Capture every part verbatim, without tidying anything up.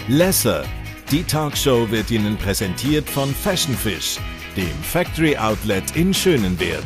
Lesser. Die Talkshow wird Ihnen präsentiert von Fashion Fish, dem Factory Outlet in Schönenwerd.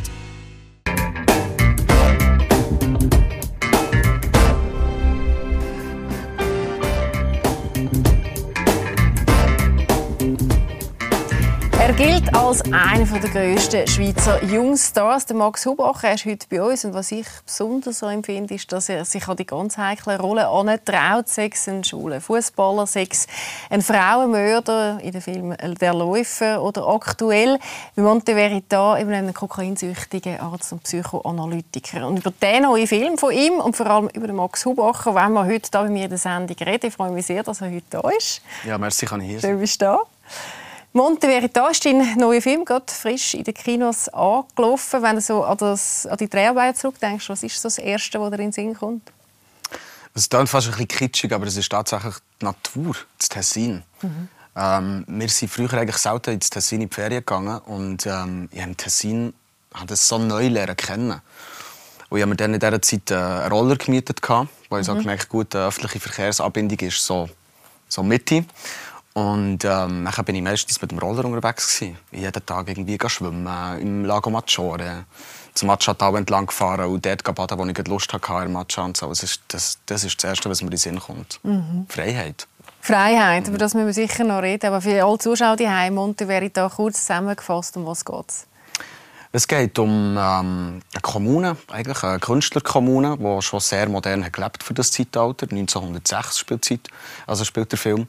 Er gilt als einer der grössten Schweizer Jungstars. Der Max Hubacher, er ist heute bei uns. Und was ich besonders so empfinde, ist, dass er sich an die ganz heiklen Rollen antraut. Sechs ein schwuler Fußballer, sechs ein Frauenmörder in den Filmen «Der Läufer» oder aktuell bei Monte Verita eben einen kokainsüchtigen Arzt und Psychoanalytiker. Und über den neuen Film von ihm und vor allem über den Max Hubacher wollen wir heute hier bei mir in der Sendung reden. Ich freue mich sehr, dass er heute da ist. Ja, merci, kann ich hier sein. Du bist da. Monte Verita ist dein neuer Film, gerade frisch in den Kinos angelaufen. Wenn du so an, das, an die Dreharbeiten zurückdenkst, was ist so das Erste, was dir in den Sinn kommt? Es klingt fast ein bisschen kitschig, aber es ist tatsächlich die Natur, das Tessin. Mhm. Ähm, wir sind früher eigentlich selten ins Tessin in die Ferien gegangen und ähm, ich habe im Tessin das so neu lernen kennen. Und ich habe mir dann in dieser Zeit einen Roller gemietet, wo ich so mhm. gemerkt habe, eine öffentliche Verkehrsanbindung ist so, so Mitte. Und ähm, dann bin ich meistens mit dem Roller unterwegs gewesen. Jeden Tag irgendwie schwimmen, im Lago Maggiore, zum Matschatau entlang gefahren und dort baden, wo ich Lust hatte in Matcha und so. Das ist das, das ist das Erste, was mir in den Sinn kommt. Mhm. Freiheit. Freiheit, über das müssen wir sicher noch reden. Aber für alle Zuschauer daheim, Monte Verita, kurz zusammengefasst, um was geht es? Es geht um ähm, eine Kommune, eigentlich eine Künstlerkommune, die schon sehr modern hat gelebt für das Zeitalter. neunzehnhundertsechs spielt, Zeit, also spielt der Film.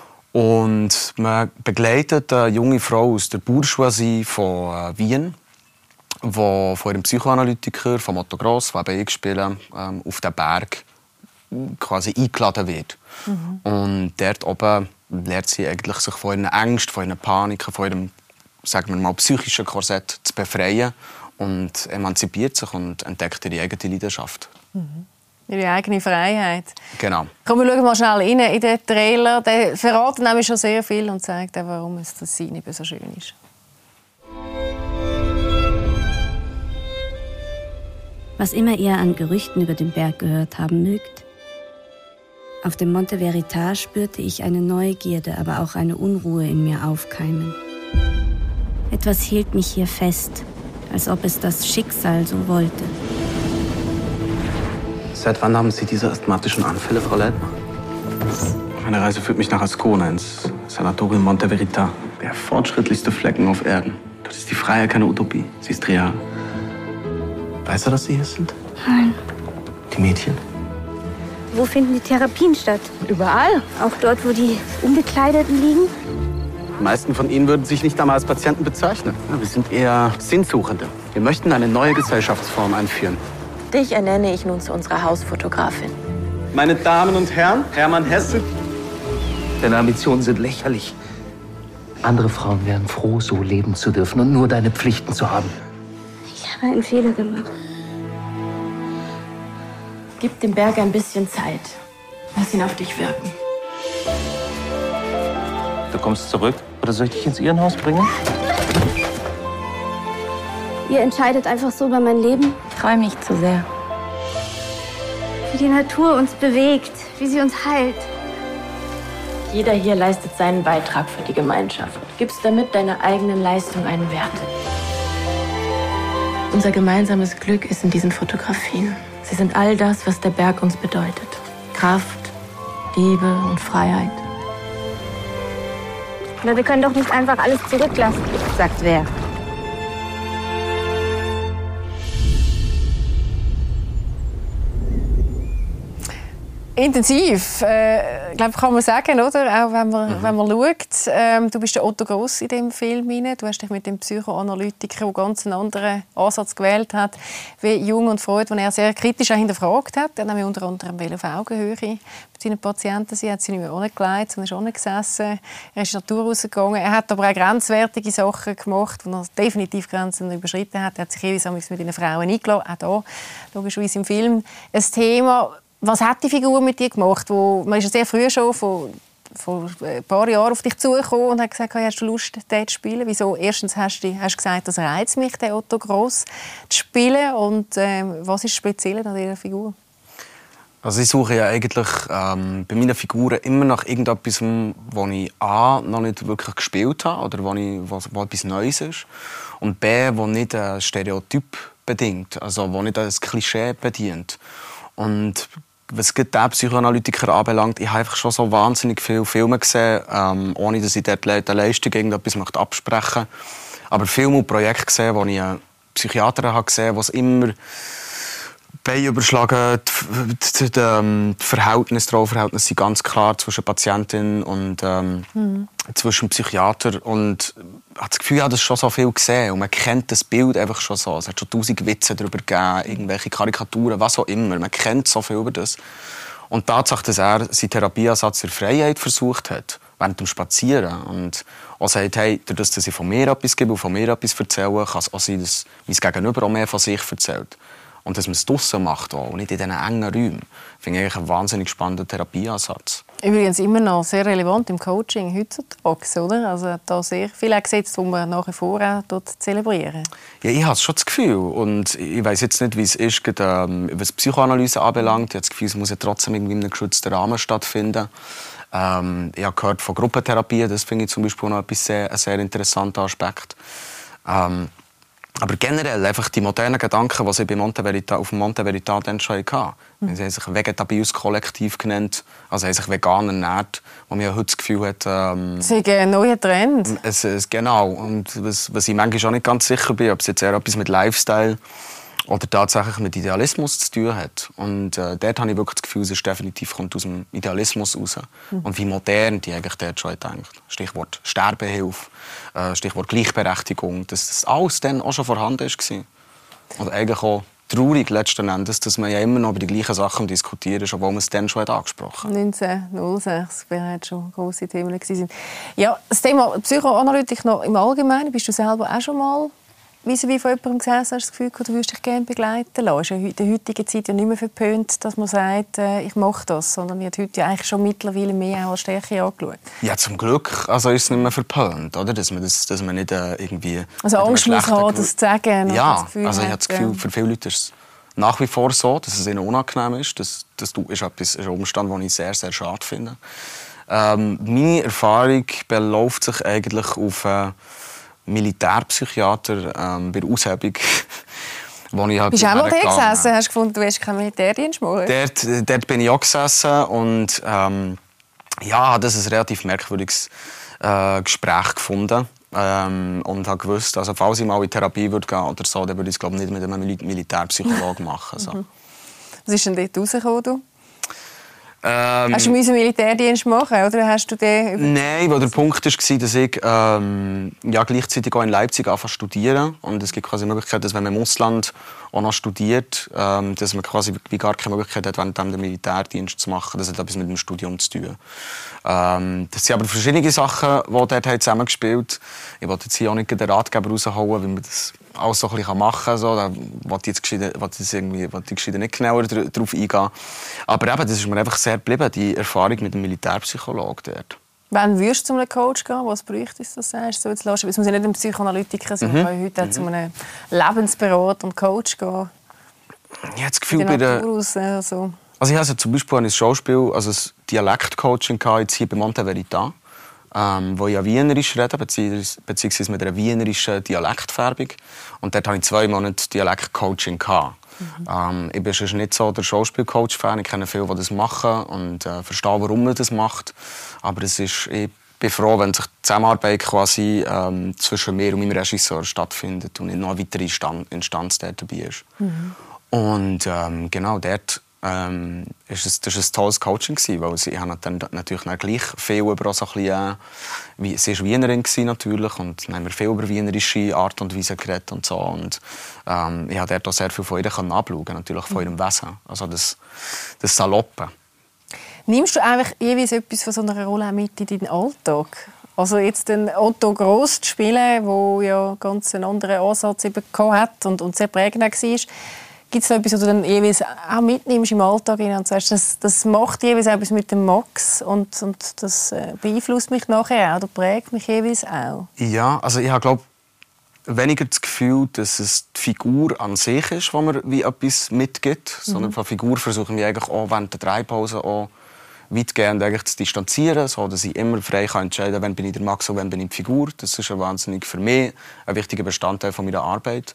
Und man begleitet eine junge Frau aus der Bourgeoisie von äh, Wien, die von ihrem Psychoanalytiker, von Otto Gross, der eben spielen, ähm, auf den Berg quasi eingeladen wird. Mhm. Und dort oben lernt sie eigentlich, sich von ihren Ängsten, von ihren Paniken, von ihrem, sagen wir mal, psychischen Korsett zu befreien und emanzipiert sich und entdeckt ihre eigene Leidenschaft. Mhm. Ihre eigene Freiheit. Genau. Komm, wir schauen mal schnell rein in den Trailer. Der verratet nämlich schon sehr viel und zeigt auch, warum es das Sein so schön ist. Was immer ihr an Gerüchten über den Berg gehört haben mögt, auf dem Monte Verita spürte ich eine Neugierde, aber auch eine Unruhe in mir aufkeimen. Etwas hielt mich hier fest, als ob es das Schicksal so wollte. Seit wann haben Sie diese asthmatischen Anfälle, Frau Leitner? Meine Reise führt mich nach Ascona, ins Sanatorium Monte Verita. Der fortschrittlichste Flecken auf Erden. Dort ist die Freiheit keine Utopie, sie ist real. Weiß er, dass Sie hier sind? Nein. Die Mädchen? Wo finden die Therapien statt? Überall. Auch dort, wo die Unbekleideten liegen? Die meisten von Ihnen würden sich nicht einmal als Patienten bezeichnen. Wir sind eher Sinnsuchende. Wir möchten eine neue Gesellschaftsform einführen. Dich ernenne ich nun zu unserer Hausfotografin. Meine Damen und Herren, Hermann Hesse. Deine Ambitionen sind lächerlich. Andere Frauen wären froh, so leben zu dürfen und nur deine Pflichten zu haben. Ich habe einen Fehler gemacht. Gib dem Berg ein bisschen Zeit. Lass ihn auf dich wirken. Du kommst zurück? Oder soll ich dich ins Irrenhaus bringen? Ihr entscheidet einfach so über mein Leben. Ich freue mich zu sehr. Wie die Natur uns bewegt, wie sie uns heilt. Jeder hier leistet seinen Beitrag für die Gemeinschaft. Gibst damit deiner eigenen Leistung einen Wert. Unser gemeinsames Glück ist in diesen Fotografien. Sie sind all das, was der Berg uns bedeutet. Kraft, Liebe und Freiheit. Aber wir können doch nicht einfach alles zurücklassen, sagt wer. Intensiv, äh, glaube kann man sagen, oder? Auch wenn man, mhm. wenn man schaut. Ähm, du bist der Otto Gross in diesem Film rein. Du hast dich mit dem Psychoanalytiker, der ganz einen anderen Ansatz gewählt hat, wie Jung und Freud, den er sehr kritisch auch hinterfragt hat. Er hat nämlich unter anderem auf Augenhöhe mit seinen Patienten sein. Er hat sie nicht mehr angelegt, sondern ist angesessen. Er ist in die Natur rausgegangen. Er hat aber auch grenzwertige Sachen gemacht, wo er definitiv Grenzen überschritten hat. Er hat sich jeweils mit den Frauen eingeladen. Auch da, logischerweise im Film, ein Thema. Was hat die Figur mit dir gemacht? Wo, man ist ja sehr früh schon vor, vor ein paar Jahren auf dich zugekommen und hat gesagt, hey, hast du Lust, den zu spielen? Wieso? Erstens hast du hast gesagt, das reizt mich, den Otto Gross zu spielen. Und ähm, was ist speziell an dieser Figur? Also ich suche ja eigentlich ähm, bei meinen Figuren immer nach irgendetwas, wo ich A, noch nicht wirklich gespielt habe oder wo, ich, wo, wo etwas Neues ist und B, wo nicht ein Stereotyp bedingt, also wo nicht ein Klischee bedient. Und was diesen Psychoanalytiker anbelangt, ich habe einfach schon so wahnsinnig viele Filme gesehen, ähm, ohne dass ich dort der Leistung irgendetwas absprechen möchte. Aber Filme und Projekte gesehen, wo ich einen Psychiater habe gesehen, wo es immer Beine überschlagen, die, die, die, die Verhältnisse, die Rollverhältnisse sind ganz klar zwischen Patientin und ähm, mhm. zwischen Psychiater. Und ich habe das Gefühl, ich habe das schon so viel gesehen und man kennt das Bild einfach schon so. Es hat schon tausend Witze darüber gegeben, irgendwelche Karikaturen, was auch immer. Man kennt so viel über das. Und die Tatsache, dass er seinen Therapieansatz in Freiheit versucht hat, während dem Spazieren. Und auch sagt, hey, dadurch, dass ich von mir etwas gebe und von mir etwas erzähle, kann es auch sein, dass mein Gegenüber auch mehr von sich erzählt. Und dass man es draussen macht auch, und nicht in diesen engen Räumen. Finde ich eigentlich einen wahnsinnig spannenden Therapieansatz. Übrigens immer noch sehr relevant im Coaching heutzutage, oder? Also da sehr viel gesetzt, die wir nach wie vor auch dort zelebrieren. Ja, ich habe schon das Gefühl. Und ich weiss jetzt nicht, wie es ist, ähm, was Psychoanalyse anbelangt. Ich habe das Gefühl, es muss ja trotzdem irgendwie in einem geschützten Rahmen stattfinden. Ähm, ich habe gehört von Gruppentherapie. Das finde ich zum Beispiel noch etwas sehr, ein sehr interessanter Aspekt. Ähm, Aber generell einfach die modernen Gedanken, die sie bei Monte Verita, auf dem Monte Verita dann schon hatten. Mhm. Sie haben sich vegetabiles Kollektiv genannt, also haben sich vegan ernährt, wo man ja heute das Gefühl hat... Ähm, das ist ein neuer Trend. Es, es, genau. Und was, was ich manchmal auch nicht ganz sicher bin, ob es jetzt eher etwas mit Lifestyle oder tatsächlich mit Idealismus zu tun hat. Und äh, dort habe ich wirklich das Gefühl, es ist definitiv kommt aus dem Idealismus raus. Mhm. Und wie modern die eigentlich dort schon denkt. Stichwort Sterbehilfe, äh, Stichwort Gleichberechtigung, dass das alles dann auch schon vorhanden war. Und eigentlich auch traurig letzten Endes, dass man ja immer noch über die gleichen Sachen diskutiert, obwohl man es dann schon angesprochen hat. neunzehnhundertsechs bereits schon grosse Themen waren. Ja, das Thema Psychoanalytik noch im Allgemeinen, bist du selber auch schon mal wie von jemandem gesessen, hast du das Gefühl, du würdest dich gerne begleiten lassen? Es ist ja in der heutigen Zeit ja nicht mehr verpönt, dass man sagt, äh, ich mache das, sondern wird heute ja eigentlich schon mittlerweile mehr auch als Stärke angeschaut. Ja, zum Glück also ist es nicht mehr verpönt, oder? Dass man, das, dass man nicht äh, irgendwie... Also Angst muss haben, das zu sagen. Ja, das Gefühl also ich habe das Gefühl, für viele Leute ist es nach wie vor so, dass es ihnen unangenehm ist. Das, das ist, etwas, ist ein Umstand, den ich sehr, sehr schade finde. Ähm, meine Erfahrung beläuft sich eigentlich auf... Äh, Militärpsychiater ähm, bei der Aushebung. Wo ich halt bist du auch mal da gesessen? Hast du gefunden, du willst keinen Militärdienst machen? Dort, dort bin ich auch gesessen und ähm, ja, das ist ein relativ merkwürdiges äh, Gespräch gefunden. Ähm, und habe gewusst, also falls ich mal in Therapie würde gehen oder so, dann würde ich es glaube nicht mit einem Mil- Militärpsychologen machen. So. Was ist denn dort rausgekommen, du? Ähm, hast du einen Militärdienst machen oder hast du den? Nein, weil der Punkt war, dass ich ähm, ja, gleichzeitig auch in Leipzig anfange zu studieren. Und es gibt quasi die Möglichkeit, dass wenn man im Ausland auch noch studiert, ähm, dass man quasi wie gar keine Möglichkeit hat, während dem den Militärdienst zu machen. Das hat etwas mit dem Studium zu tun. Ähm, das sind aber verschiedene Sachen, die dort zusammengespielt haben. Ich wollte jetzt hier auch nicht den Ratgeber rausholen, wie man das alles so ein bisschen machen kann. So. Da wollte ich jetzt irgendwie, wollte ich nicht genauer darauf eingehen. Aber eben, das ist mir einfach sehr geblieben, die Erfahrung mit dem Militärpsychologen dort. Wann würdest du zu einem Coach gehen? Was bräuchte es, dass du sagst, so jetzt lassen? Es muss ja nicht ein Psychoanalytiker sein, man mhm. kann heute mhm. zu einem Lebensberater und Coach gehen. Ich habe das Gefühl, bei der... Aus, also. also ich hatte zum Beispiel ein Schauspiel, also ein Dialektcoaching jetzt hier bei Monte Verita, ähm, wo ich ja Wienerisch rede, beziehungsweise mit einer wienerischen Dialektfärbung. Und dort hatte ich zwei Monate Dialektcoaching. Mhm. Ähm, ich bin schon nicht so der Schauspielcoach-Fan. Ich kenne viele, die das machen und äh, verstehe, warum man das macht. Aber es ist, ich bin froh, wenn sich die Zusammenarbeit quasi ähm, zwischen mir und meinem Regisseur stattfindet und nicht noch eine weitere Stand- Instanz dort dabei ist. Mhm. Und ähm, genau dort ähm, ist es, das war ein tolles Coaching, weil sie haben dann natürlich dann gleich viel über so ein bisschen, äh, wie, sie war Wienerin natürlich und dann haben wir viel über wienerische Art und Weise geredet und so. Und ähm, ich konnte dort auch sehr viel von ihr abschauen, natürlich von ihrem Wesen, also das, das Saloppe. Nimmst du eigentlich jeweils etwas von so einer Rolle mit in deinen Alltag? Also jetzt den Otto Gross zu spielen, der ja ganz einen anderen Ansatz eben hat und, und sehr prägend war. Gibt es da etwas, was du dann jeweils auch mitnimmst im Alltag und sagst, das, das macht jeweils etwas mit dem Max und, und das beeinflusst mich nachher auch oder prägt mich jeweils auch? Ja, also ich glaube, weniger das Gefühl, dass es die Figur an sich ist, die mir wie etwas mitgibt, mhm. sondern von der Figur versuche ich eigentlich auch während der Drehpause auch weitgehend eigentlich zu distanzieren, so dass ich immer frei kann entscheiden kann, wann bin ich der Max und wann bin ich die Figur. Das ist ein wahnsinnig für mich ein wichtiger Bestandteil von meiner Arbeit.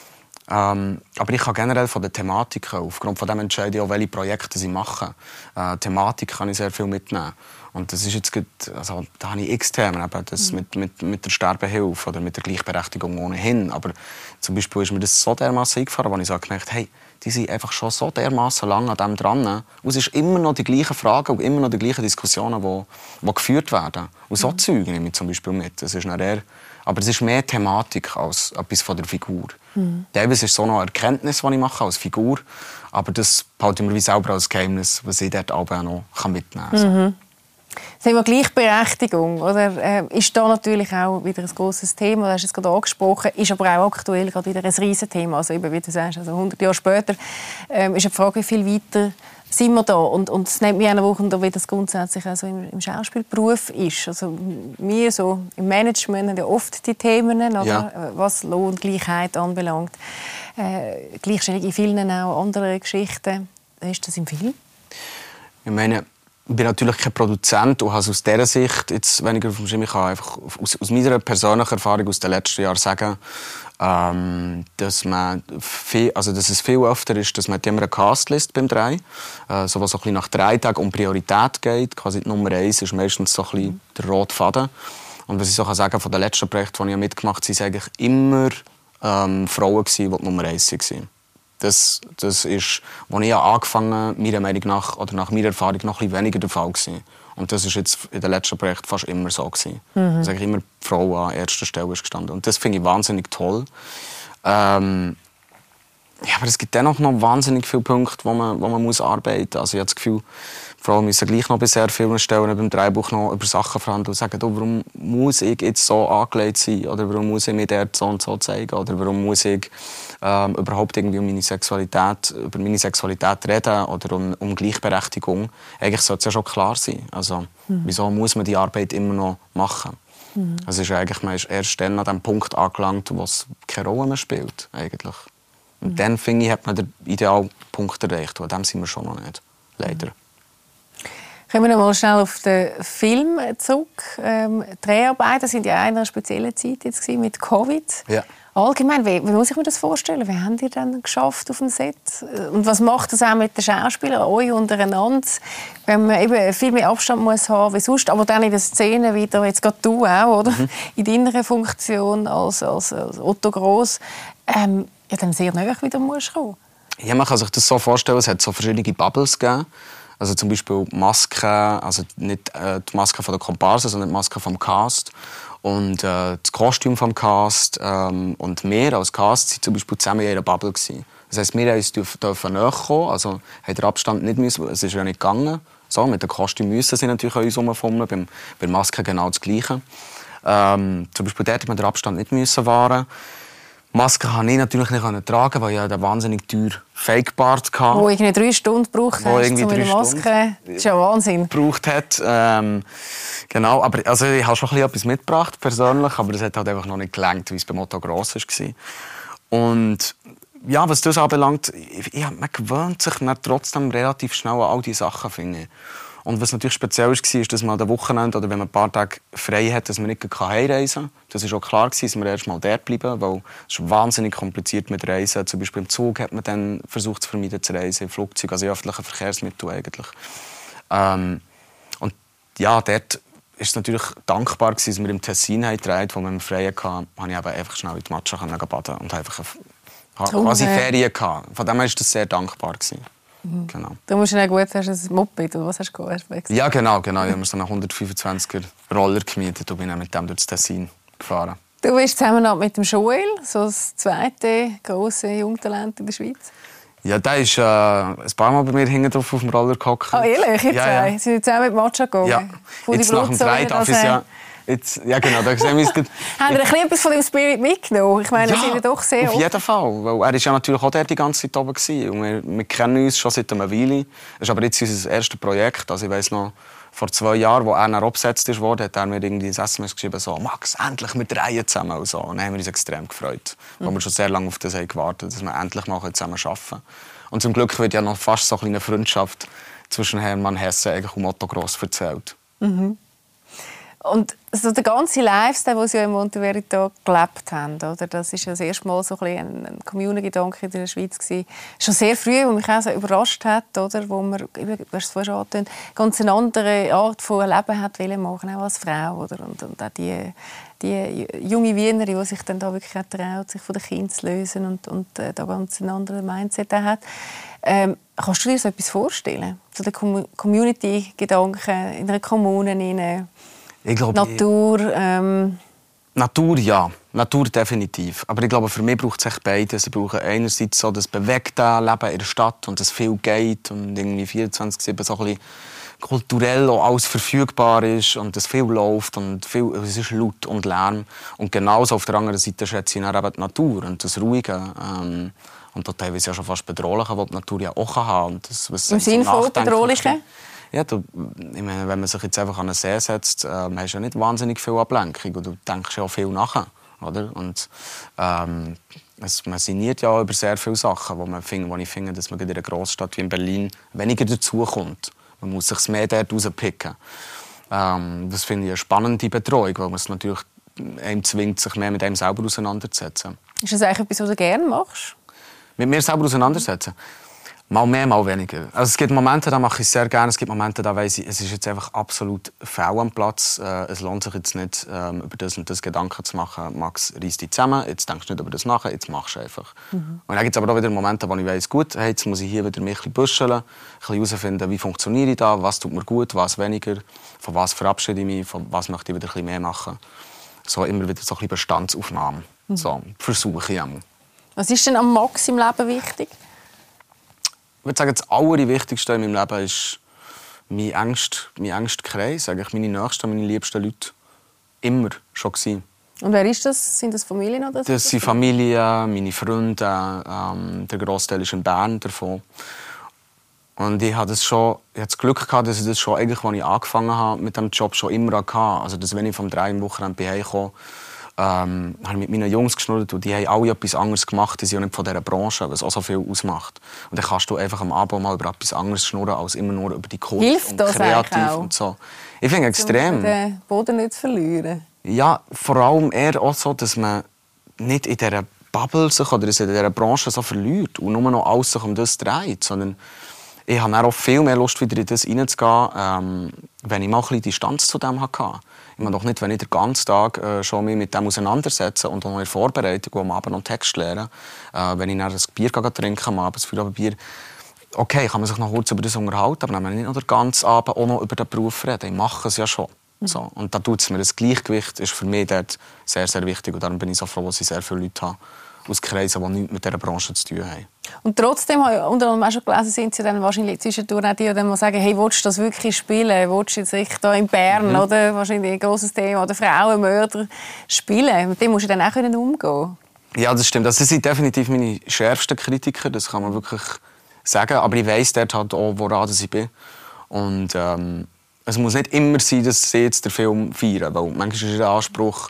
Ähm, aber ich kann generell von der Thematik aufgrund von dem entscheiden, auch welche Projekte ich mache. Äh, Thematik kann ich sehr viel mitnehmen. Und das ist jetzt gut, also da habe ich x Themen, eben das mhm. mit, mit, mit der Sterbehilfe oder mit der Gleichberechtigung ohnehin. Aber zum Beispiel ist mir das so dermaßen eingefahren, wo ich so gemerkt habe, hey, die sind einfach schon so dermaßen lang an dem dran. Und es ist immer noch die gleichen Fragen und immer noch die gleichen Diskussionen, die, die geführt werden. Und so mhm. Zeugen nehme ich zum Beispiel mit. Das ist eher, aber es ist mehr Thematik als etwas von der Figur. Mhm. Teilweise ist es so noch eine Erkenntnis, die ich mache als Figur. Aber das behalte ich mir wie selber als Geheimnis, was ich dort auch noch mitnehmen kann. Mhm. Thema Gleichberechtigung, oder? Äh, ist da natürlich auch wieder ein grosses Thema. Du hast es gerade angesprochen, ist aber auch aktuell gerade wieder ein riesen Thema. Also eben, wie du sagst, also hundert Jahre später ähm, ist die Frage, wie viel weiter sind wir da? Und, und es nimmt mich auch Wunder, wie das grundsätzlich auch so im, im Schauspielberuf ist. Also wir so im Management haben ja oft die Themen, oder? Ja. Was Lohngleichheit anbelangt. Äh, Gleichstellung in vielen auch anderen Geschichten. Ist das im Film? Ich meine, ich bin natürlich kein Produzent und habe aus dieser Sicht jetzt weniger auf dem Schirm. Ich kann einfach aus, aus meiner persönlichen Erfahrung aus den letzten Jahren sagen, ähm, dass, man viel, also dass es viel öfter ist, dass man immer eine Castlist beim Dreh, äh, so was so ein bisschen nach drei Tagen um Priorität geht. Quasi die Nummer eins ist meistens so ein bisschen der rote Faden. Und was ich so kann sagen von den letzten Projekten, die ich mitgemacht habe, waren eigentlich immer ähm, Frauen, die die Nummer eins waren. Das, das ist, als ich angefangen habe, meiner Meinung nach, oder nach meiner Erfahrung, noch ein bisschen weniger der Fall gewesen. Und das ist jetzt in den letzten Projekten fast immer so gewesen. Mhm. Dass eigentlich immer die Frau an erster Stelle ist gestanden. Und das finde ich wahnsinnig toll. Ähm, ja, aber es gibt dennoch noch wahnsinnig viele Punkte, wo man, wo man muss arbeiten muss. Also ich habe das Gefühl, Frauen müssen gleich noch bei sehr vielen Stellen beim Drehbuch noch über Sachen verhandeln und sagen, oh, warum muss ich jetzt so angelegt sein? Oder warum muss ich mich dort so und so zeigen? Oder warum muss ich ähm, überhaupt irgendwie um meine Sexualität, über meine Sexualität reden oder um, um Gleichberechtigung? Eigentlich sollte es ja schon klar sein. Also, mhm. wieso muss man die Arbeit immer noch machen? Mhm. Also ist eigentlich, man ist erst dann an dem Punkt angelangt, wo es keine Rolle mehr spielt. Eigentlich. Und mhm. dann, finde ich, hat man den idealen Punkt erreicht. Und dem sind wir schon noch nicht. Leider. Mhm. Kommen wir noch mal schnell auf den Film zurück. Ähm, Dreharbeiten sind ja in einer speziellen Zeit jetzt gewesen, mit Covid. Ja. Allgemein, wie, wie muss ich mir das vorstellen? Wie haben die dann geschafft auf dem Set? Und was macht das auch mit den Schauspielern, euch untereinander, wenn man eben viel mehr Abstand muss haben wie sonst, aber dann in der Szene wieder, jetzt gerade du auch, oder? Mhm. In deiner Funktion als, als, als Otto Gross, ähm, ja, dann sehr nahe wieder musst kommen. Ja, man kann sich das so vorstellen, es hat so verschiedene Bubbles gegeben. Also zum Beispiel Masken, also nicht äh, die Maske von der Komparse, sondern die Maske vom Cast. Und äh, das Kostüm vom Cast ähm, und wir als Cast waren zum Beispiel zusammen in einer Bubble gewesen. Das heisst, wir durften näher kommen, also haben den Abstand nicht müssen, es ist ja nicht gegangen. So, mit dem Kostüm müssen sie natürlich an uns herumfummeln, beim, bei Masken genau das Gleiche. Ähm, zum Beispiel dort musste man den Abstand nicht müssen wahren. Maske konnte ich natürlich nicht tragen, weil ich einen wahnsinnig teuren Fake-Bart hatte. Wo irgendwie drei Stunden gebraucht hast, um eine Maske. Das ist ja Wahnsinn. Gebraucht hat. Ähm, genau, aber also ich habe schon ein bisschen etwas mitgebracht, persönlich, aber es hat halt einfach noch nicht gelangt, wie es beim Otto Gross war. Und ja, was das anbelangt, ich, ich, man gewöhnt sich trotzdem relativ schnell an all diese Sachen, finde ich. Und was natürlich speziell war, ist, dass man an den Wochenende oder wenn man ein paar Tage frei hat, dass man nicht heimreisen kann. Das war auch klar, dass wir erst mal dort bleiben, weil es ist wahnsinnig kompliziert mit Reisen. Zum Beispiel im Zug hat man dann versucht zu vermeiden zu reisen, im Flugzeug, also in öffentlichen Verkehrsmitteln eigentlich. Ähm, und ja, dort ist es natürlich dankbar, dass wir im Tessin gedreht, wo wir frei hatten, habe ich einfach schnell in die Matsche baden und einfach eine, quasi Ferien gehabt. Von dem her war das sehr dankbar. Mhm. Genau. Du musst ja gut, hast du ein Moped oder was hast du gehabt? Ja, genau, genau. Ich habe mir so einen hundertfünfundzwanziger Roller gemietet und bin dann mit dem durch das Tessin gefahren. Du bist zusammen mit dem Joel, so das zweite grosse Jungtalent in der Schweiz. Ja, der ist äh, ein paar Mal bei mir hinten drauf auf dem Roller gehockt. Ah, ehrlich? Jetzt ja, ja. Sind wir zusammen mit Matcha gegangen? Ja. Jetzt nach dem Drei darf ich ja... Jetzt, ja, genau, da sehen wir es. Haben Sie etwas von dem Spirit mitgenommen? Ich meine, ja, sind wir doch sehr auf oft. jeden Fall. Weil er war ja natürlich auch der die ganze Zeit oben. Und wir, wir kennen uns schon seit einer Weile. Das ist aber jetzt unser erstes Projekt. Also ich weiss noch, vor zwei Jahren, als er dann abgesetzt wurde, hat er mir irgendwie ein S M S geschrieben, so, «Max, endlich, wir drehen zusammen.» Und, so. Und dann haben wir uns extrem gefreut, mhm. weil wir schon sehr lange auf das haben gewartet, dass wir endlich mal zusammen arbeiten können. Und zum Glück wird ja noch fast so eine Freundschaft zwischen Hermann Hesse eigentlich um Motocross erzählt. Mhm. Und so der ganze Lifestyle, den Sie in Monteverita gelebt haben, oder? Das war ja das erste Mal so ein, ein Kommunengedanke in der Schweiz gewesen. Schon sehr früh, wo mich auch so überrascht hat, oder? Wo man, du hast es vorhin schon angetönt, ganz eine andere Art von Leben hat wollen machen, auch als Frau, oder? Und, und auch die, die junge Wienerin, die sich dann da wirklich auch traut, sich von den Kindern zu lösen und, und äh, da ganz einen anderen Mindset hat. Ähm, kannst du dir so etwas vorstellen? So der Community-Gedanken in einer Kommune, in Ich glaube, Natur? Ähm Natur, ja. Natur definitiv. Aber ich glaube, für mich braucht es beides. Sie brauchen einerseits so das bewegte Leben in der Stadt und das viel geht und irgendwie vierundzwanzig sieben so ein bisschen kulturell auch alles verfügbar ist und es viel läuft und viel, es ist laut und Lärm. Und genauso auf der anderen Seite schätze ich dann eben die Natur und das Ruhige. Ähm, und dort teilweise ja schon fast Bedrohliche, was die Natur ja auch haben kann. Das, Im Sinne von Bedrohliche? Ja, du, ich meine, wenn man sich jetzt einfach an einen See setzt, ähm, hast du ja nicht wahnsinnig viel Ablenkung und du denkst ja auch viel nach. Oder? Und, ähm, es, man sinniert ja auch über sehr viele Sachen, wo, man find, wo ich finde, dass man in einer Großstadt wie in Berlin weniger dazukommt. Man muss sich mehr dort rauspicken. Ähm, das finde ich eine spannende Betreuung, weil man es natürlich einem zwingt, sich mehr mit einem selber auseinanderzusetzen. Ist das eigentlich etwas, was du gerne machst? Mit mir selber auseinandersetzen? Mal mehr, mal weniger. Also es gibt Momente, da mache ich es sehr gerne. Es gibt Momente, da weiss ich, es ist jetzt einfach absolut faul am Platz. Äh, es lohnt sich jetzt nicht, ähm, über das und das Gedanken zu machen. Max, reiss dich zusammen, jetzt denkst du nicht über das nach, jetzt machst du einfach. Mhm. Und dann gibt es aber auch wieder Momente, wo ich weiss, gut, hey, jetzt muss ich hier wieder mich ein bisschen büscheln, ein bisschen herausfinden, wie funktioniere ich da, was tut mir gut, was weniger, von was verabschiede ich mich, von was möchte ich wieder ein bisschen mehr machen. So immer wieder so ein bisschen Bestandsaufnahmen. Mhm. So, versuche ich einmal. Was ist denn am Max im Leben wichtig? Ich würde sagen, das Allerwichtigste in meinem Leben ist mein engster, mein engster Kreis, eigentlich meine nächsten, meine liebsten Leute. Immer schon gewesen. Und wer ist das? Sind das Familien oder? Das sind Familien, meine Freunde. Ähm, der Grossteil ist in Bern davon. Und ich hatte das schon, ich hatte das Glück gehabt, dass ich das schon eigentlich, als ich angefangen habe mit dem Job, schon immer hatte. Also, dass wenn ich vom drei Wochenende heimkomme, Ähm, habe ich mit meinen Jungs geschnurrt und die haben alle etwas anderes gemacht, die sind ja nicht von dieser Branche, was auch so viel ausmacht. Und dann kannst du einfach am Abend mal über etwas anderes schnurren, als immer nur über die Kunst Hilft und das kreativ auch? Und so. Ich finde extrem. Um den Boden nicht zu verlieren. Ja, vor allem eher auch so, dass man nicht in dieser Bubble sich oder in dieser Branche so verliert und nur noch alles sich um das dreht, sondern ich habe auch viel mehr Lust, wieder in das reinzugehen, ähm, wenn ich mal ein bisschen Distanz zu dem hatte. Ich meine doch nicht, wenn ich den ganzen Tag äh, schon mich mit dem auseinandersetze und auch noch in der Vorbereitung, wo am Abend noch Text lernen, äh, wenn ich dann ein Bier trinke am Abend, ein Bier, okay, kann man sich noch kurz über das unterhalten, aber dann kann ich nicht noch den ganzen Abend auch noch über den Beruf reden. Ich mache es ja schon. Mhm. So. Und da tut es mir. Das Gleichgewicht ist für mich dort sehr, sehr wichtig. Und darum bin ich so froh, dass ich sehr viele Leute habe aus Kreisen, die nichts mit dieser Branche zu tun haben. Und trotzdem, habe ich unter anderem auch schon gelesen, sind Sie dann wahrscheinlich zwischendurch auch die, die dann mal sagen, hey, willst du das wirklich spielen? Willst du jetzt echt hier in Bern, mhm. oder wahrscheinlich ein grosses Thema, oder Frauenmörder spielen? Mit dem musst du dann auch umgehen können. Ja, das stimmt. Das sind definitiv meine schärfsten Kritiker, das kann man wirklich sagen. Aber ich weiss dort halt auch, woran ich bin. Und ähm, es muss nicht immer sein, dass sie jetzt den Film feiern. Weil manchmal ist der Anspruch,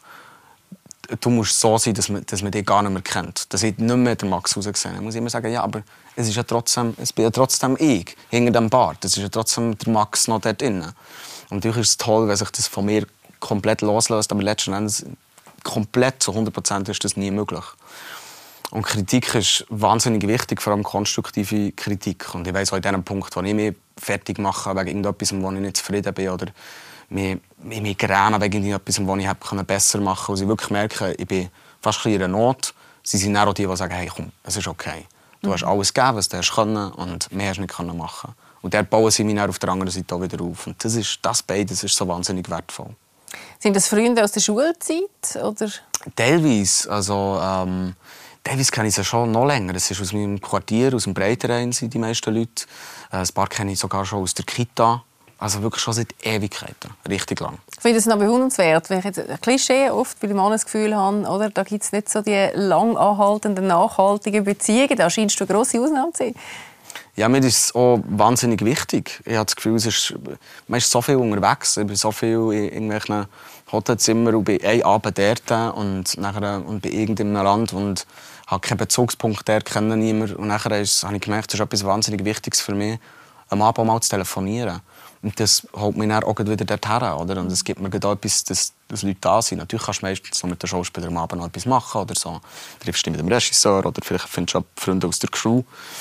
du musst so sein, dass man, dass man dich gar nicht mehr kennt. Dass ich nicht mehr den Max rausgesehen habe. Ich muss immer sagen, ja, aber es, ist ja trotzdem, es bin ja trotzdem ich, hinter dem Bart. Es ist ja trotzdem der Max noch dort drin. Und natürlich ist es toll, wenn sich das von mir komplett loslöst, aber letzten Endes komplett zu hundert Prozent ist das nie möglich. Und Kritik ist wahnsinnig wichtig, vor allem konstruktive Kritik. Und ich weiss auch in dem Punkt, wo ich mich fertig mache wegen irgendetwas, wo ich nicht zufrieden bin, oder mich, mich grämen wegen etwas, was ich besser machen konnte. Und ich wirklich merke, ich bin fast in einer Not. Sie sind auch die, die sagen, hey, komm, es ist okay. Du hast alles gegeben, was du hast können, und mehr hast du nicht machen. Und dort bauen sie mich auf der anderen Seite auch wieder auf. Und das, ist, das beides ist so wahnsinnig wertvoll. Sind das Freunde aus der Schulzeit? Oder? Teilweise. Also, ähm, teilweise kenne ich sie schon noch länger. Es ist aus meinem Quartier, aus dem Breitenrhein sind die meisten Leute. Ein paar kenne ich sogar schon aus der Kita. Also wirklich schon seit Ewigkeiten. Richtig lang. Ich finde es noch bewundernswert, wenn ich jetzt ein Klischee oft bei den Männern das Gefühl habe, oder, da gibt es nicht so die lang anhaltenden, nachhaltigen Beziehungen. Da scheinst du eine grosse Ausnahme zu sein. Ja, mir ist es auch wahnsinnig wichtig. Ich habe das Gefühl, es ist, man ist so viel unterwegs. Ich bin so viel in irgendwelchen Hotelzimmern und bin einen Abend dort und, nachher, und bei irgendeinem Land und habe keinen Bezugspunkt dort, kenne niemanden. Und nachher ist, habe ich gemerkt, das ist etwas wahnsinnig Wichtiges für mich, am Abend mal zu telefonieren. Und das holt mich dann auch wieder dorthin. Oder? Und es gibt mir auch etwas, dass, dass Leute da sind. Natürlich kannst du meistens mit den Schauspielern am Abend noch etwas machen. Oder so. Du triffst dich mit dem Regisseur oder vielleicht findest du auch Freunde aus der Crew.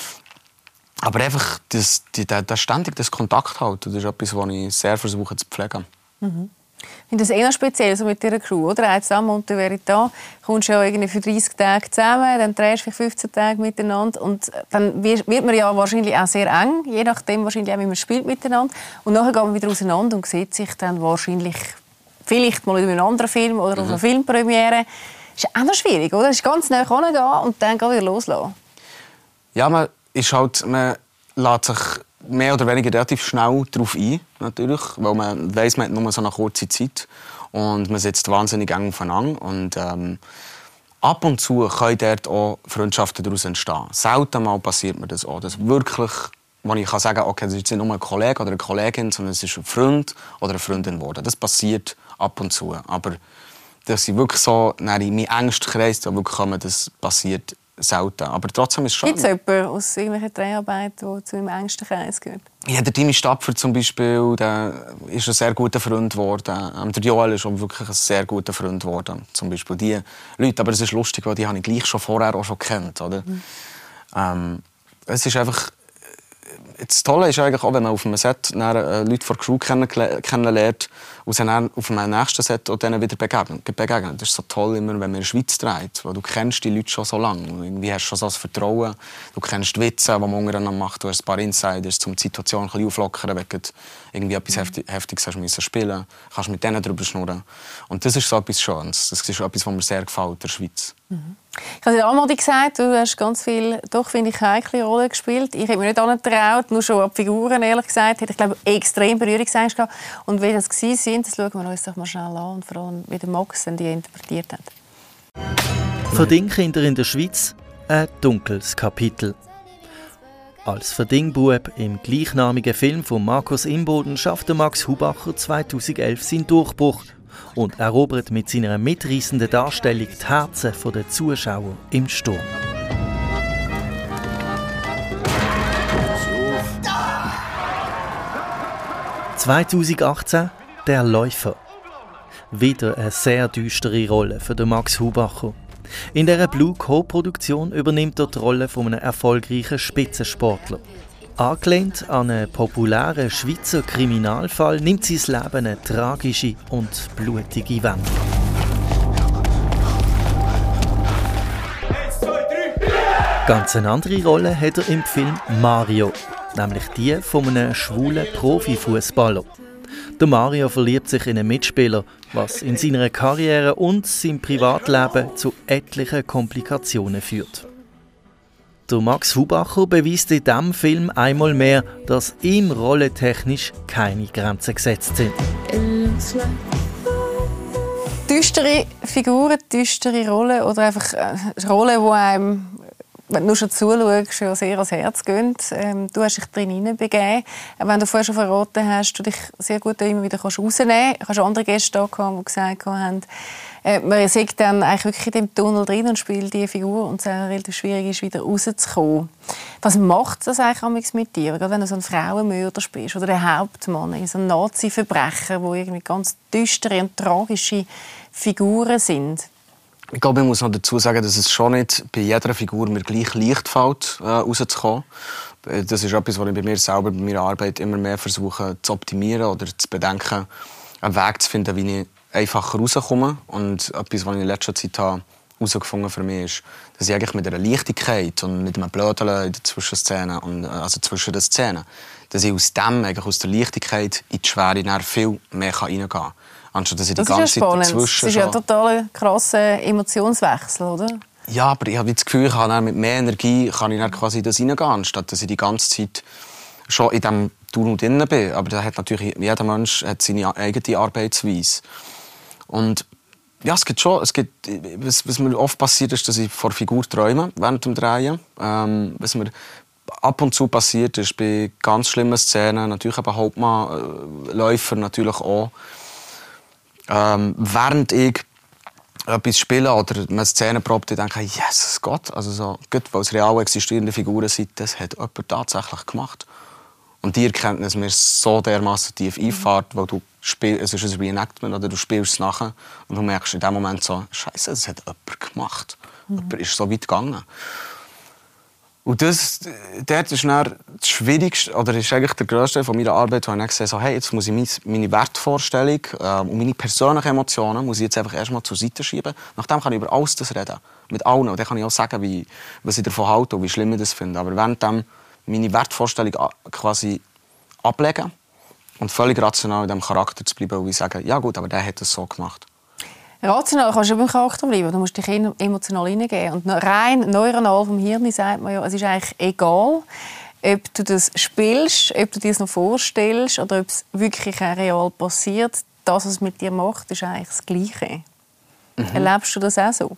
Aber einfach das, die, das ständig das Kontakt halten, das ist etwas, was ich sehr versuche zu pflegen. Mhm. Ich finde das eher speziell so mit dieser Crew, oder? Jetzt am Monte Verita kommst du ja irgendwie für dreißig Tage zusammen, dann drehst du für fünfzehn Tage miteinander und dann wird man ja wahrscheinlich auch sehr eng, je nachdem wahrscheinlich auch, wie man spielt miteinander. Und nachher geht man wieder auseinander und sieht sich dann wahrscheinlich vielleicht mal in einem anderen Film oder mhm. auf einer Filmpremiere. Das ist auch noch schwierig, oder? Es ist ganz nah hingehen und dann wieder loslassen. Ja, man ist halt, man lässt sich mehr oder weniger relativ schnell darauf ein, natürlich, weil man weiss, man hat nur so eine kurze Zeit und man sitzt wahnsinnig eng aufeinander und ähm, ab und zu können dort auch Freundschaften daraus entstehen. Selten mal passiert mir das auch, dass wirklich, wo ich kann sagen, okay, das ist nicht nur ein Kollege oder eine Kollegin, sondern es ist ein Freund oder eine Freundin geworden. Das passiert ab und zu, aber dass ich wirklich so in meinen engsten Kreis, da wirklich kann, das passiert selten. Aber trotzdem ist es schon... Gibt es jemanden aus irgendwelchen Dreharbeiten, der zu meinem engsten Kreis gehört? Ja, der Timmy Stapfer zum Beispiel, der ist ein sehr guter Freund geworden. Ähm, der Joel ist auch wirklich ein sehr guter Freund geworden. Zum Beispiel die Leute. Aber es ist lustig, weil die habe ich gleich schon vorher auch schon kennt, oder? Mhm. Ähm, es ist einfach... Das Tolle ist eigentlich auch, wenn man auf einem Set dann, äh, Leute von der Crew kennenlernt und dann auf einem nächsten Set auch denen wieder begegnet. begegnet. Das ist so toll, immer, wenn man in der Schweiz dreht, weil du kennst die Leute schon so lange. Irgendwie hast du schon so das Vertrauen. Du kennst die Witze, die man untereinander macht. Du hast ein paar Insiders, um die Situation ein bisschen auflockern, wenn du irgendwie etwas Heftig Heftiges hast müssen spielen. Du kannst mit denen darüber schnurren. Und das ist so etwas Schönes. Das ist etwas, was mir sehr gefällt in der Schweiz. Mhm. Ich habe dir auch mal gesagt, du hast ganz viel, doch finde ich, heikle Rollen gespielt. Ich habe mir nicht angetraut, nur schon ab Figuren, ehrlich gesagt, hätte ich glaube extrem Berührungsängste gehabt. Und wie das war, das schauen wir uns doch mal schnell an und vor allem, wie der Max die interpretiert hat. Verdingkinder in der Schweiz, ein dunkles Kapitel. Als Verdingbub im gleichnamigen Film von Markus Imboden schaffte Max Hubacher zweitausendelf seinen Durchbruch und erobert mit seiner mitreißenden Darstellung die Herzen der Zuschauer im Sturm. zweitausendachtzehn «Der Läufer». Wieder eine sehr düstere Rolle für den Max Hubacher. In dieser Blue Co-Produktion übernimmt er die Rolle von einem erfolgreichen Spitzensportler. Angelehnt an einen populären Schweizer Kriminalfall nimmt sein Leben eine tragische und blutige Wendung. Ganz eine andere Rolle hat er im Film «Mario», nämlich die von einem schwulen Profifußballer. Der Mario verliebt sich in einen Mitspieler, was in seiner Karriere und seinem Privatleben zu etlichen Komplikationen führt. Der Max Hubacher beweist in diesem Film einmal mehr, dass ihm rollentechnisch keine Grenzen gesetzt sind. Düstere Figuren, düstere Rollen oder einfach Rollen, die einem, wenn du nur schon zuschaust, schon sehr ans Herz gehen. Ähm, du hast dich drin hineinbegeben. Wenn du vorher schon verraten hast, du dich sehr gut immer wieder rausnehmen kannst. Du hast andere Gäste da gehabt, die gesagt haben, äh, man sieht dann eigentlich wirklich in dem Tunnel drin und spielt diese Figur und es relativ schwierig ist, wieder rauszukommen. Was macht das eigentlich mit dir? Gerade wenn du so ein Frauenmörder spielst oder der Hauptmann, so ein Nazi-Verbrecher, wo irgendwie ganz düstere und tragische Figuren sind. Ich glaube, ich muss noch dazu sagen, dass es schon nicht bei jeder Figur mir gleich leicht fällt, äh, rauszukommen. Das ist etwas, was ich bei mir selber, bei meiner Arbeit immer mehr versuche zu optimieren oder zu bedenken, einen Weg zu finden, wie ich einfacher rauskomme. Und etwas, was ich in letzter Zeit herausgefunden habe für mich ist, dass ich eigentlich mit einer Leichtigkeit und mit einem Blödeln in der Zwischenszene, und, also zwischen den Szenen, dass ich aus dem, eigentlich aus der Leichtigkeit in die Schwere viel mehr reingehen kann. Anstatt dass ich das die ganze ist ja spannend. Zeit dazwischen das ist ja ein total krasser Emotionswechsel, oder? Ja, aber ich habe das Gefühl, ich kann mit mehr Energie kann ich dann quasi das reingehen, anstatt dass ich die ganze Zeit schon in diesem Tunnel drin bin. Aber da hat natürlich jeder Mensch hat seine eigene Arbeitsweise. Und ja, es gibt schon, es gibt, was, was mir oft passiert ist, dass ich vor Figur träume während dem Drehen. Ähm, was mir ab und zu passiert ist, bei ganz schlimmen Szenen, natürlich eben Hauptmann, äh, Läufer natürlich auch. Ähm, während ich etwas spiele oder eine Szene probt, ich denke, Jesus Gott, also so, gut, weil es real existierende Figuren sind, das hat jemand tatsächlich gemacht. Und die Erkenntnis mir so dermaßen tief einfährt, weil du spielst, es ist ein Reenactment oder du spielst es nachher und du merkst in dem Moment so, Scheiße, das hat jemand gemacht. Mhm. Jemand ist so weit gegangen. Und das, dort ist dann das Schwierigste, oder ist eigentlich der grösste Teil von meiner Arbeit, wo ich dann gesehen so, hey, jetzt muss ich meine Wertvorstellung äh, und meine persönlichen Emotionen muss ich jetzt einfach erstmal zur Seite schieben. Nachdem kann ich über alles das reden, mit allen. Und dann kann ich auch sagen, wie, was ich davon halte und wie schlimm ich das finde. Aber währenddem meine Wertvorstellung quasi ablegen und völlig rational in diesem Charakter zu bleiben und ich sage, ja gut, aber der hat es so gemacht. Rational kannst du beim Charakter bleiben, du musst dich emotional hineingeben. Und rein neuronal vom Hirn sagt man ja, es ist eigentlich egal, ob du das spielst, ob du dir das noch vorstellst oder ob es wirklich real passiert. Das, was es mit dir macht, ist eigentlich das Gleiche. Mhm. Erlebst du das auch so?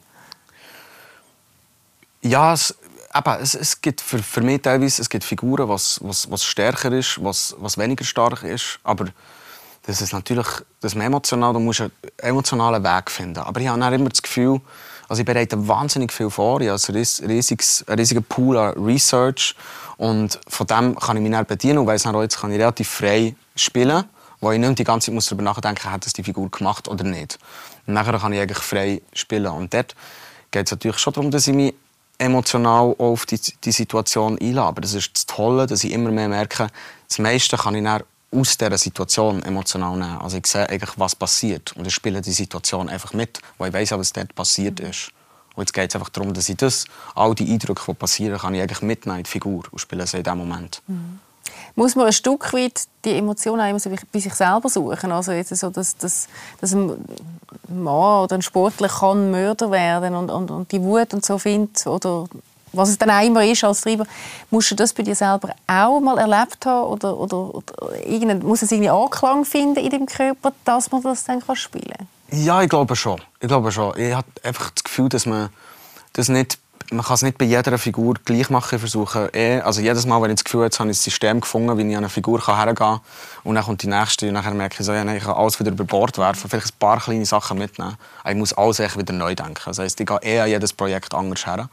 Ja, es, aber es, es gibt für, für mich teilweise es gibt Figuren, was, was, was stärker ist, was, was weniger stark ist. Aber das ist natürlich das emotional, du musst einen emotionalen Weg finden. Aber ich habe dann immer das Gefühl, also ich bereite wahnsinnig viel vor. Ich habe ein riesiges, einen riesigen Pool an Research und von dem kann ich mich dann bedienen und weiss dann auch, jetzt kann ich relativ frei spielen, wo ich nicht die ganze Zeit darüber nachdenken muss, hat es die Figur gemacht oder nicht. Und nachher kann ich eigentlich frei spielen. Und dort geht es natürlich schon darum, dass ich mich emotional auf die, die Situation einlasse. Aber das ist das Tolle, dass ich immer mehr merke, das meiste kann ich dann aus dieser Situation emotional nehmen. Also ich sehe eigentlich, was passiert. Und ich spiele die Situation einfach mit, weil ich weiss, was dort passiert ist. Und jetzt geht es einfach darum, dass ich das, all die Eindrücke, die passieren, kann ich eigentlich mitnehmen in die Figur und spiele sie in diesem Moment. Mhm. Muss man ein Stück weit die Emotionen immer so bei sich selber suchen? Also jetzt so, dass, dass, dass ein Mann oder ein Sportler kann Mörder werden und, und, und die Wut und so findet oder was es dann auch immer ist als Treiber, musst du das bei dir selber auch mal erlebt haben oder, oder, oder muss es irgendwie Anklang finden in deinem Körper, dass man das dann spielen kann? Ja, ich glaube schon. Ich glaube schon. Ich habe einfach das Gefühl, dass man das nicht, man kann es nicht bei jeder Figur gleich machen versuchen. Also jedes Mal, wenn ich das Gefühl habe, jetzt habe ich ein System gefunden, wie ich an eine Figur hergehen kann und dann kommt die nächste und dann merke ich so, ja, nein, ich kann alles wieder über Bord werfen, vielleicht ein paar kleine Sachen mitnehmen. Ich muss alles wieder neu denken. Das heisst, ich gehe eher an jedes Projekt anders her.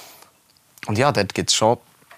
Und ja, dort gibt es schon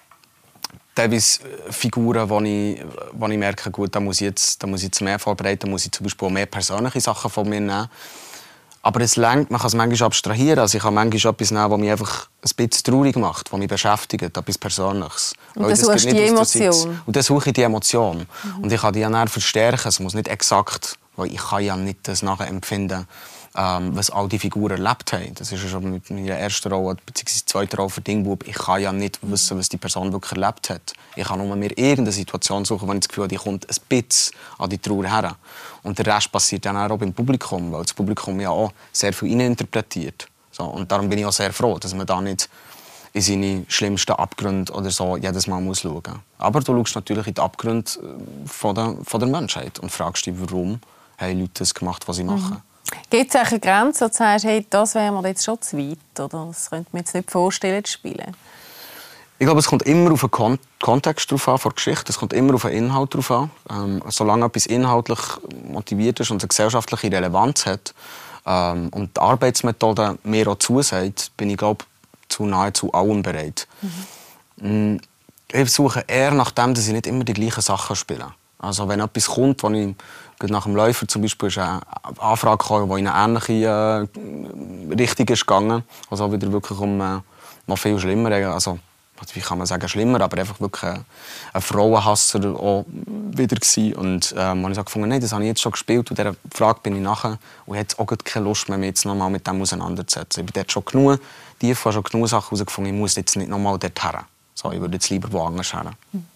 teilweise Figuren, wo ich, wo ich merke, gut, da muss ich jetzt, da muss ich jetzt mehr vorbereiten, muss ich zum Beispiel auch mehr persönliche Sachen von mir nehmen. Aber es lenkt, man kann es manchmal abstrahieren. Also ich kann manchmal etwas nehmen, das mich einfach ein bisschen traurig macht, das mich beschäftigt, etwas Persönliches. Und dann suchst du die Emotion. Und dann suche ich die Emotion. Mhm. Und ich kann die dann verstärken. Es muss nicht exakt, weil ich kann ja nicht das nachempfinden, ähm, was all die Figuren erlebt haben. Das ist ja schon mit meiner ersten Rolle bzw. zweiten Rolle für Dingbub. Ich kann ja nicht wissen, was die Person wirklich erlebt hat. Ich kann nur mir irgendeine Situation suchen, wo ich das Gefühl habe, die kommt ein bisschen an die Trauer her. Und der Rest passiert dann auch beim Publikum, weil das Publikum ja auch sehr viel interpretiert. So, und darum bin ich auch sehr froh, dass man da nicht in seine schlimmsten Abgründe oder so jedes Mal muss schauen muss. Aber du schaust natürlich in die Abgründe von der, von der Menschheit und fragst dich, warum haben Leute das gemacht, was sie machen. Mhm. Gibt es eine Grenze, wo du sagst, hey, das wäre mir jetzt schon zu weit? Oder das könnte man jetzt nicht vorstellen, zu spielen? Ich glaube, es kommt immer auf den Kon- Kontext drauf an, von der Geschichte. Es kommt immer auf den Inhalt drauf an. Ähm, solange etwas inhaltlich motiviert ist und eine gesellschaftliche Relevanz hat ähm, und die Arbeitsmethode mir auch zusagt, bin ich, glaube zu nahezu allem bereit. Mhm. Ich suche eher nach dem, dass ich nicht immer die gleichen Sachen spiele. Also wenn etwas kommt, wo ich nach dem Läufer zum Beispiel ist eine Anfrage gekommen, die in eine ähnliche äh, Richtung ist gegangen, also wieder wirklich um äh, noch viel schlimmer, also wie kann man sagen schlimmer, aber einfach wirklich ein, ein Frauenhasser auch wieder gewesen. Und ähm, ich habe gefunden, nein, das habe ich jetzt schon gespielt und dieser Frage bin ich nachher und hatte auch keine Lust mehr, mich jetzt noch mal mit dem auseinanderzusetzen. Ich bin dort schon genug, tief schon genug Sachen herausgefunden, ich muss jetzt nicht noch mal dort her. So, ich würde jetzt lieber woanders her.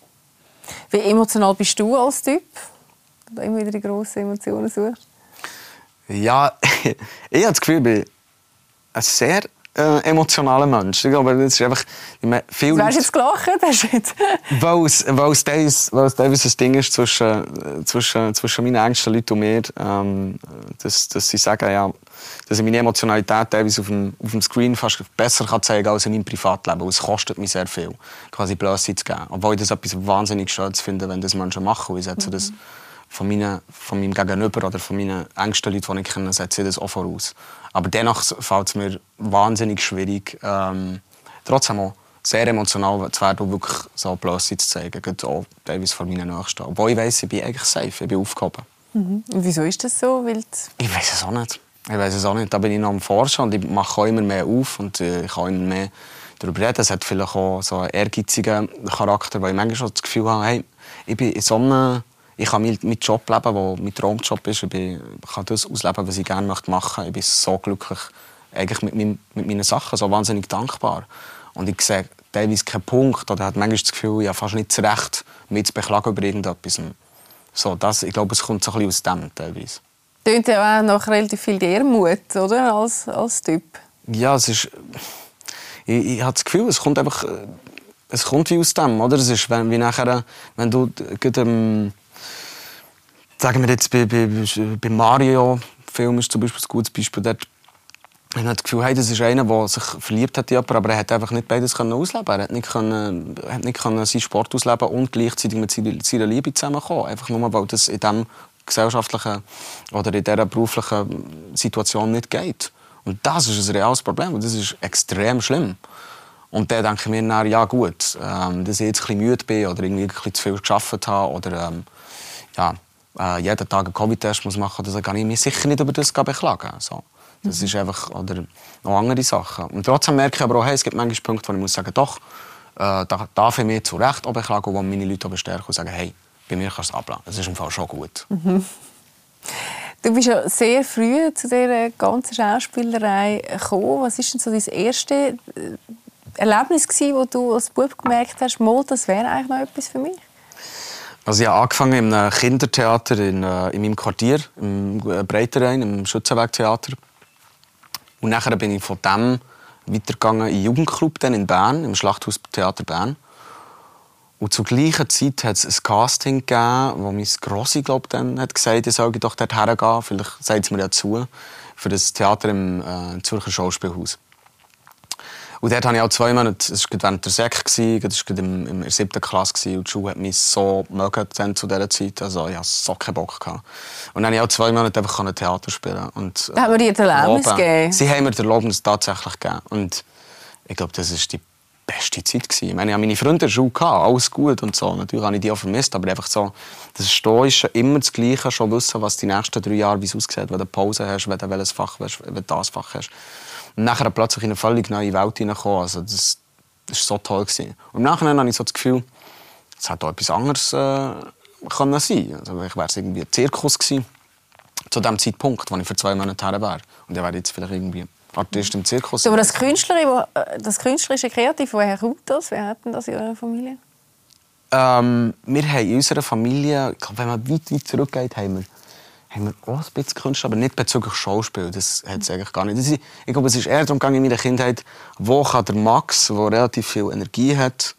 Wie emotional bist du als Typ? Da immer wieder die grossen Emotionen suchst? Ja, ich habe das Gefühl, ich bin ein sehr, äh, emotionaler Mensch. Ich glaube, das ist einfach... Ich meine, viel du hast jetzt gelacht, hast du jetzt... Weil es, weil es teilweise, weil es teilweise ein Ding ist zwischen, zwischen, zwischen meinen engsten Leuten und mir, ähm, dass, dass sie sagen, ja, dass ich meine Emotionalität teilweise auf dem, auf dem Screen fast besser kann zeigen kann als in meinem Privatleben. Und es kostet mich sehr viel, quasi Blödsinn zu geben. Obwohl ich das etwas wahnsinnig Schönes finde, wenn das Menschen machen. Und ich setze das von, meine, von meinem Gegenüber oder von meinen engsten Leuten, die ich kenne, setze ich das auch voraus. Aber dennoch fällt es mir wahnsinnig schwierig, ähm, trotzdem auch sehr emotional zu werden und wirklich so Blödsinn zu zeigen. Gerade auch teilweise von meinen Nächsten. Obwohl ich weiss, ich bin eigentlich safe, ich bin aufgehoben. Mhm. Und wieso ist das so? Weil ich weiss es auch nicht. Ich weiss es auch nicht. Da bin ich noch am Forschen und ich mache auch immer mehr auf und ich kann immer mehr darüber reden. Es hat vielleicht auch so einen ehrgeizigen Charakter, weil ich manchmal schon das Gefühl habe, hey, ich bin in so einem, ich kann meinen Job leben, der mein Traumjob ist. Ich, bin, ich kann das ausleben, was ich gerne machen möchte. Ich bin so glücklich eigentlich mit, meinem, mit meinen Sachen, so wahnsinnig dankbar. Und ich sehe teilweise keinen Punkt oder habe manchmal das Gefühl, ich habe fast nicht das Recht, mich zu beklagen über irgendetwas. So, das, ich glaube, es kommt so ein bisschen aus dem teilweise. Tönt ja auch nach relativ viel Demut, oder? Als, als Typ. Ja, es ist... Ich, ich habe das Gefühl, es kommt einfach... Es kommt wie aus dem, oder? Es ist, wenn, wie nachher, wenn du... Ähm, sagen wir jetzt, bei, bei, bei Mario-Film ist zum Beispiel ein gutes Beispiel. Dort, ich habe das Gefühl, hey, das ist einer, der sich verliebt hat in jemanden, aber er hat einfach nicht beides ausleben können. Er hat nicht, können, er hat nicht können seinen Sport ausleben und gleichzeitig mit seiner Liebe zusammenkommen. Einfach nur, weil das in diesem gesellschaftlichen oder in dieser beruflichen Situation nicht geht. Und das ist ein reales Problem und das ist extrem schlimm. Und dann denke ich mir dann, ja gut, ähm, dass ich jetzt ein bisschen müde bin oder irgendwie ein bisschen zu viel gearbeitet habe oder ähm, ja, äh, jeden Tag einen Covid-Test muss machen, dann kann ich mich sicher nicht über das beklagen. So. Das ist einfach, oder noch andere Sachen. Und trotzdem merke ich aber auch, hey, es gibt manchmal Punkte, wo ich muss sagen, doch, äh, da darf ich mich zu Recht auch beklagen, wo meine Leute auch bestärken und sagen, hey, bei mir kannst du es ablassen. Das ist im Fall schon gut. Mhm. Du bist ja sehr früh zu dieser ganzen Schauspielerei gekommen. Was war denn so dein erstes Erlebnis, das du als Bub gemerkt hast, mal, das wäre eigentlich noch etwas für mich? Also ich habe angefangen in einem Kindertheater in, äh, in meinem Quartier, im Breiterein, im Schützenwegtheater. Und nachher bin ich von dem weitergegangen in den Jugendclub dann in Bern, im Schlachthaustheater Bern. Und zur gleichen Zeit hat es ein Casting gegeben, wo mein Grossi, glaube dann hat gesagt, ich soll doch dort hergehen. Vielleicht sagt es mir ja zu, für das Theater im äh, Zürcher Schauspielhaus. Und dort habe ich auch zwei Monate, das war während der Sek, das war in, in der siebten Klasse, und die Schule hat mich so mögen zu dieser Zeit. Also ich hatte so keinen Bock. Und dann konnte ich auch zwei Monate einfach Theater spielen. Und, da haben wir dir die Erlaubnis gegeben? Sie haben mir die Erlaubnis tatsächlich gegeben. Und ich glaube, das war die beste Zeit. Ich meine, ich hatte meine Freunde in der Schule, alles gut und so. Natürlich habe ich die auch vermisst, aber einfach so, das Stoische, immer das Gleiche, schon wissen, was die nächsten drei Jahre, wie es aussieht, wenn du Pause hast, wenn du welches Fach hast, wenn du das Fach hast. Und nachher plötzlich in eine völlig neue Welt hineinkommen. Also das, das war so toll. Und im Nachhinein habe ich so das Gefühl, es hätte auch etwas anderes äh, können sein. Also ich wäre irgendwie ein Zirkus gewesen, zu dem Zeitpunkt, wo ich für zwei Monate her wäre. Und ich wäre jetzt vielleicht irgendwie Artist im Zirkus. So, aber das Künstlerische, das Künstlerische Kreativ, woher kommt das? Wer hat denn das in eurer Familie? Ähm, wir haben in unserer Familie, ich glaube, wenn man weit, weit zurückgeht, haben wir haben wir auch ein bisschen Künstler, aber nicht bezüglich Schauspiel. Das hat es eigentlich gar nicht. Ist, ich glaube, es ist eher darum gegangen in meiner Kindheit, wo kann der Max, der relativ viel Energie hat,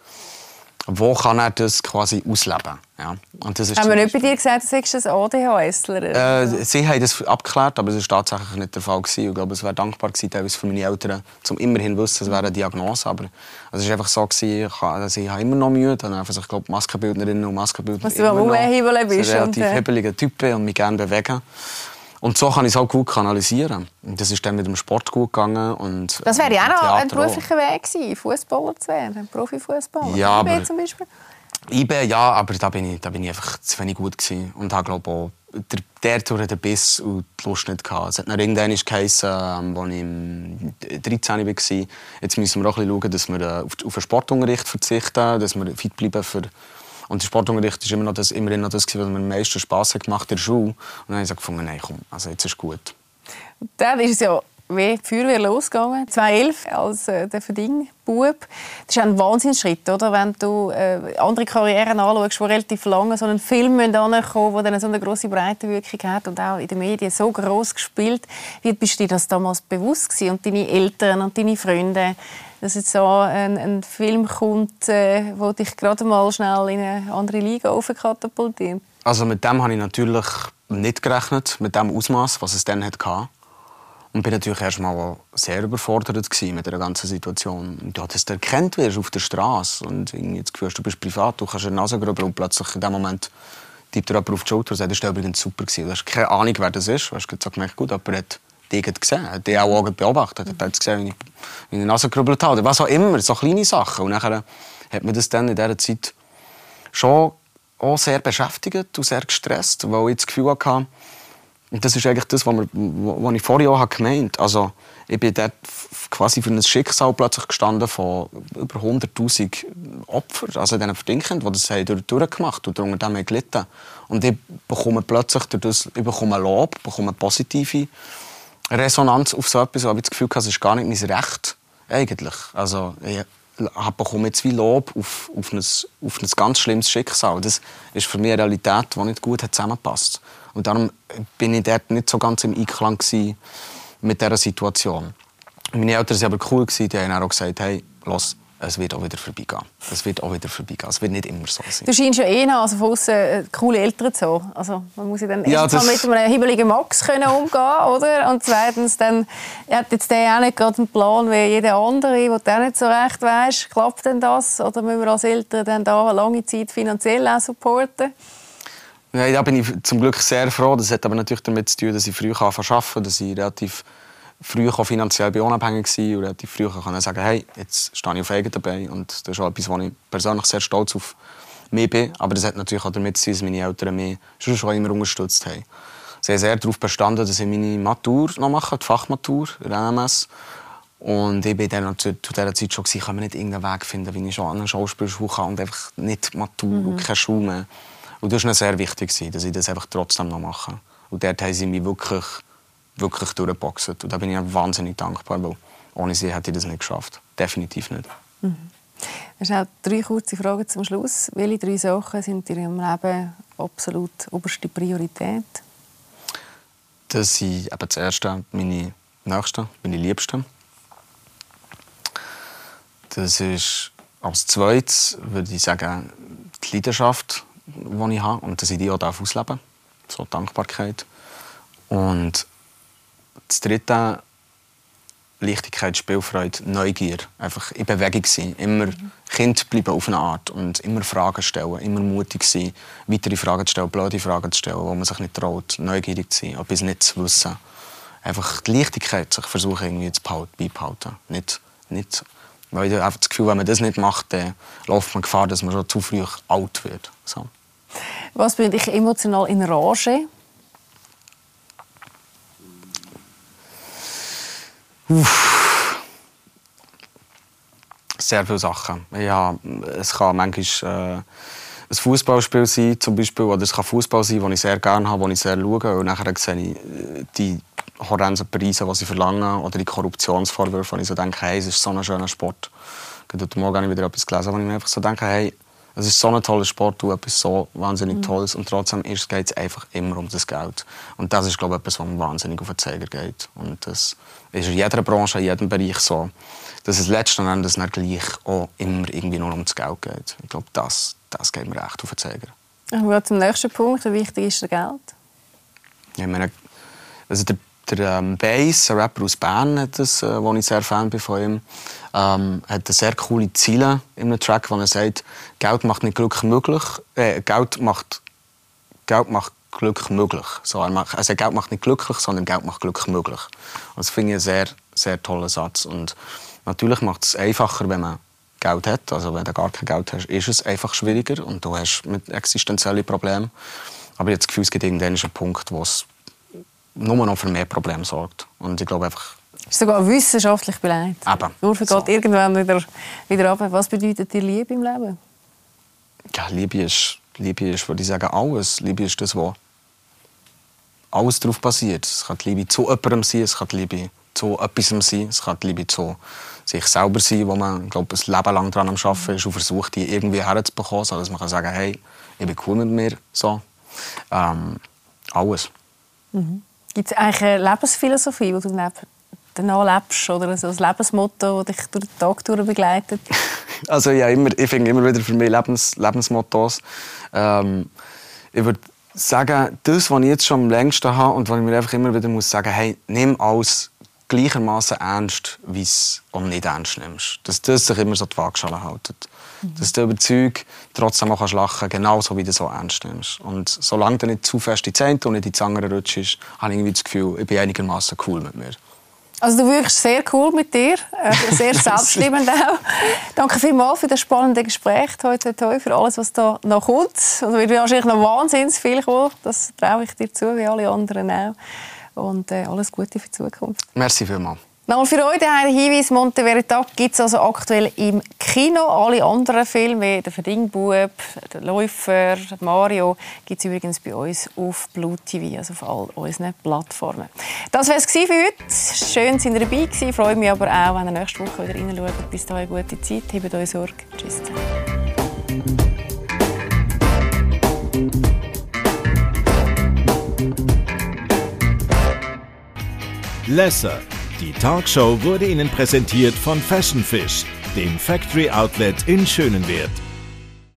wo kann er das quasi ausleben? Ja. Und das ist haben wir nicht bei dir gesagt, du sagst ein A D H S ler? Äh, sie haben das abgeklärt, aber es war tatsächlich nicht der Fall. Ich glaube, es wäre dankbar gewesen für meine Eltern, um immerhin zu wissen, es wäre eine Diagnose. Aber es war einfach so, gewesen, ich, also ich habe immer noch Mühe. Dann einfach, ich glaube, Maskenbildnerinnen und Maskenbildner was du am Umhebeln bist. Ich bin ein relativ hebeliger Typ und mich gerne bewegen. Und so kann ich es auch gut kanalisieren. Und das ist dann mit dem Sport gut gegangen. Und, das wäre ja auch noch ein Theater beruflicher auch. Weg gewesen, Fußballer zu werden, Profifußballer. Ja, aber zum Beispiel. I B, ja, aber da bin ich, da bin ich einfach zu wenig gut gewesen. Und habe, glaube auch der, der durch den Biss und die Lust nicht gehabt. Es hat noch irgendwann geheißen, als ich im dreizehn war, jetzt müssen wir auch ein bisschen schauen, dass wir auf, auf den Sportunterricht verzichten, dass wir fit bleiben für... Und der Sportunterricht war immer noch das, immerhin noch das, was mir am meisten Spass hat gemacht in der Schule. Und dann habe ich gefunden, nein, komm, also jetzt ist gut. Dann ist es ja wie die Feuerwehr losgegangen, zweitausendelf als äh, der Verdingbub. Das ist ein Wahnsinnsschritt, oder? Wenn du äh, andere Karrieren anschaust, die relativ lange so einen Film ankommen, der dann so eine grosse Breitenwirkung hat und auch in den Medien so gross gespielt wird. Bist du dir das damals bewusst gewesen? Und deine Eltern und deine Freunde, dass jetzt so ein, ein Film kommt, äh, der dich gerade mal schnell in eine andere Liga katapultiert? Also mit dem habe ich natürlich nicht gerechnet, mit dem Ausmaß, was es dann hatte. Und bin natürlich erst mal sehr überfordert mit der ganzen Situation. Und du dass du erkannt wirst auf der Straße und irgendwie das Gefühl, du bist privat, du kannst eine Nase grübeln und plötzlich in dem Moment tippt dir jemand auf die Schulter und sagt, das war übrigens super. Du hast keine Ahnung, wer das ist. Du hast so gemerkt, gut, aber er hat dich gesehen, hat dich auch beobachtet, er hat gesehen, wie ich meine Nase gerübelt habe. Was auch immer, so kleine Sachen. Und nachher hat mich das dann in dieser Zeit schon auch sehr beschäftigt und sehr gestresst, weil ich das Gefühl hatte, und das ist eigentlich das, was, wir, was ich vorher auch gemeint habe. Also, ich bin dort quasi für ein Schicksal plötzlich gestanden von über hunderttausend Opfern, also diesen Verdinkenden, die das haben durchgemacht und darunter haben gelitten. Und ich bekomme plötzlich durch das, ich bekomme Lob, bekomme positive Resonanz auf so etwas. Ich habe das Gefühl, es ist gar nicht mein Recht, eigentlich. Also, ich Ich bekomme jetzt wie Lob auf, auf, ein, auf ein ganz schlimmes Schicksal. Das ist für mich eine Realität, die nicht gut zusammenpasst. Und darum bin ich dort nicht so ganz im Einklang mit dieser Situation. Meine Eltern waren aber cool, die haben auch gesagt, hey, los, es wird auch wieder vorbeigehen. Es wird auch wieder vorbeigehen. Es wird nicht immer so sein. Du scheinst ja eh noch, also von aussen coole Eltern zu haben. Also man muss ja dann ja, erst mit einem hibbeligen Max können umgehen, oder? Und zweitens dann hat jetzt der auch nicht gerade einen Plan wie jeder andere, wo du auch nicht so recht weißt, klappt denn das? Oder müssen wir als Eltern dann da eine lange Zeit finanziell auch supporten? Ja, da bin ich zum Glück sehr froh. Das hat aber natürlich damit zu tun, dass ich früh arbeiten konnte, dass ich relativ früh finanziell unabhängig war und relativ früh kann sagen, hey, jetzt stehe ich auf eigenen Beinen. Und das ist auch etwas, wo ich persönlich sehr stolz auf mich bin. Aber das hat natürlich auch damit zu tun, dass meine Eltern mich schon immer unterstützt haben. Sie haben sehr darauf bestanden, dass ich meine Matur noch mache, die Fachmatur, in der N M S. Und ich war dann zu dieser Zeit schon, ich kann mir nicht irgendeinen Weg finden, wie ich schon an einer Schauspielschule kann und einfach nicht Matur mhm. und keine Schule mehr. Und das war sehr wichtig, dass ich das einfach trotzdem noch mache. Und dort haben sie mich wirklich, wirklich durchgeboxt. Und da bin ich wahnsinnig dankbar, weil ohne sie hätte ich das nicht geschafft. Definitiv nicht. Mhm. Das sind auch drei kurze Fragen zum Schluss. Welche drei Sachen sind in Ihrem Leben absolut oberste Priorität? Das sind eben das Erste meine Nächsten, meine Liebsten. Das ist als Zweites, würde ich sagen, die Leidenschaft, die ich habe und dass ich die auch ausleben darf. So Dankbarkeit. Und das Dritte, Leichtigkeit, Spielfreude, Neugier. Einfach in Bewegung sein. Immer mhm. Kind bleiben auf eine Art und immer Fragen stellen. Immer mutig sein, weitere Fragen zu stellen, blöde Fragen zu stellen, wo man sich nicht traut. Neugierig zu sein, etwas nicht zu wissen. Einfach die Leichtigkeit sich versuchen irgendwie zu beibehalten. Nicht, nicht, weil ich einfach das Gefühl, wenn man das nicht macht, dann läuft man Gefahr, dass man schon zu früh alt wird. So. Was bringt dich emotional in Rage? Uff. Sehr viele Sachen. Ja, es kann manchmal äh, ein Fußballspiel sein, zum Beispiel, oder es kann Fußball sein, den ich sehr gerne habe, den ich sehr schaue. Und nachher sehe ich die horrenden Preise, die sie verlangen, oder die Korruptionsvorwürfe, wo ich so denke, hey, es ist so ein schöner Sport. Heute Morgen habe ich wieder etwas gelesen, wo ich mir einfach so denke, hey, es ist so ein toller Sport, du etwas so wahnsinnig mhm. Tolles. Und trotzdem geht es einfach immer um das Geld. Und das ist, glaube ich, etwas, was mir wahnsinnig auf den Zeiger geht. Und das ist in jeder Branche, in jedem Bereich so, dass es letzten Endes dann gleich auch immer irgendwie nur um das Geld geht. Ich glaube, das, das geht mir echt auf den Zeiger. Ja, zum nächsten Punkt. Wie wichtig ist das Geld? Ja, ich meine, also der Der ähm, Bass, ein Rapper aus Bern, hat das, äh, wo ich sehr Fan bin von ihm, ähm, hat eine sehr coole Ziele in einem Track, wo er sagt, Geld macht nicht Glück möglich, äh, Geld macht, Geld macht Glück möglich. So, er macht, also Geld macht nicht glücklich, sondern Geld macht Glück möglich. Und das finde ich einen sehr, sehr tollen Satz. Und natürlich macht es einfacher, wenn man Geld hat. Also wenn du gar kein Geld hast, ist es einfach schwieriger und du hast mit existenziellen Problemen. Aber ich habe das Gefühl, es gibt irgendwann einen Punkt, wo es nur noch für mehr Probleme sorgt. Und ich glaube einfach... Das ist sogar wissenschaftlich belegt. Eben. Die Kurve geht so. Irgendwann wieder, wieder runter. Was bedeutet dir Liebe im Leben? Ja, Liebe ist, Liebe ist, würde ich sagen, alles. Liebe ist das, was alles darauf basiert. Es kann die Liebe zu jemandem sein, es kann die Liebe zu etwas sein. Es kann die Liebe zu sich selber sein, wo man, glaube ich, ein Leben lang daran am Arbeiten ist und versucht, die irgendwie herzubekommen, sodass man kann sagen, hey, ich bin cool mit mir. So. Ähm, alles. Mhm. Gibt es eigentlich eine Lebensphilosophie, die du danach lebst, oder so ein Lebensmotto, das dich durch den Tag durch begleitet? Also ja, immer, ich finde immer wieder für mich Lebens, Lebensmottos. Ähm, ich würde sagen, das, was ich jetzt schon am längsten habe und was ich mir einfach immer wieder muss sagen, hey, nimm alles gleichermaßen ernst, wie es auch nicht ernst nimmst. Dass das sich immer so die Waagschale hält. Mhm. Dass du über Zeug trotzdem auch lachen kannst, genauso wie du so ernst nimmst. Und solange du nicht zu fest in die eine und nicht in die andere rutschst, habe ich irgendwie das Gefühl, ich bin einigermaßen cool mit mir. Also du wirkst sehr cool mit dir, äh, sehr selbstliebend auch. Danke vielmals für das spannende Gespräch heute, heute für alles, was da noch kommt. Und es wird wahrscheinlich noch wahnsinnig viel kommen. Das traue ich dir zu, wie alle anderen auch. Und äh, alles Gute für die Zukunft. Merci vielmals. Nochmal für euch der Hinweis, Monte Verita gibt es also aktuell im Kino. Alle anderen Filme, wie «Der Verdingbub», «Der Läufer», «Mario», gibt es übrigens bei uns auf Blue T V, also auf all unseren Plattformen. Das war es für heute. Schön, dass ihr dabei gewesen. Ich freue mich aber auch, wenn ihr nächste Woche wieder reinschaut. Bis dahin eine gute Zeit. Habt euch Sorge. Tschüss. Lesser. Die Talkshow wurde Ihnen präsentiert von Fashion Fish, dem Factory Outlet in Schönenwerd.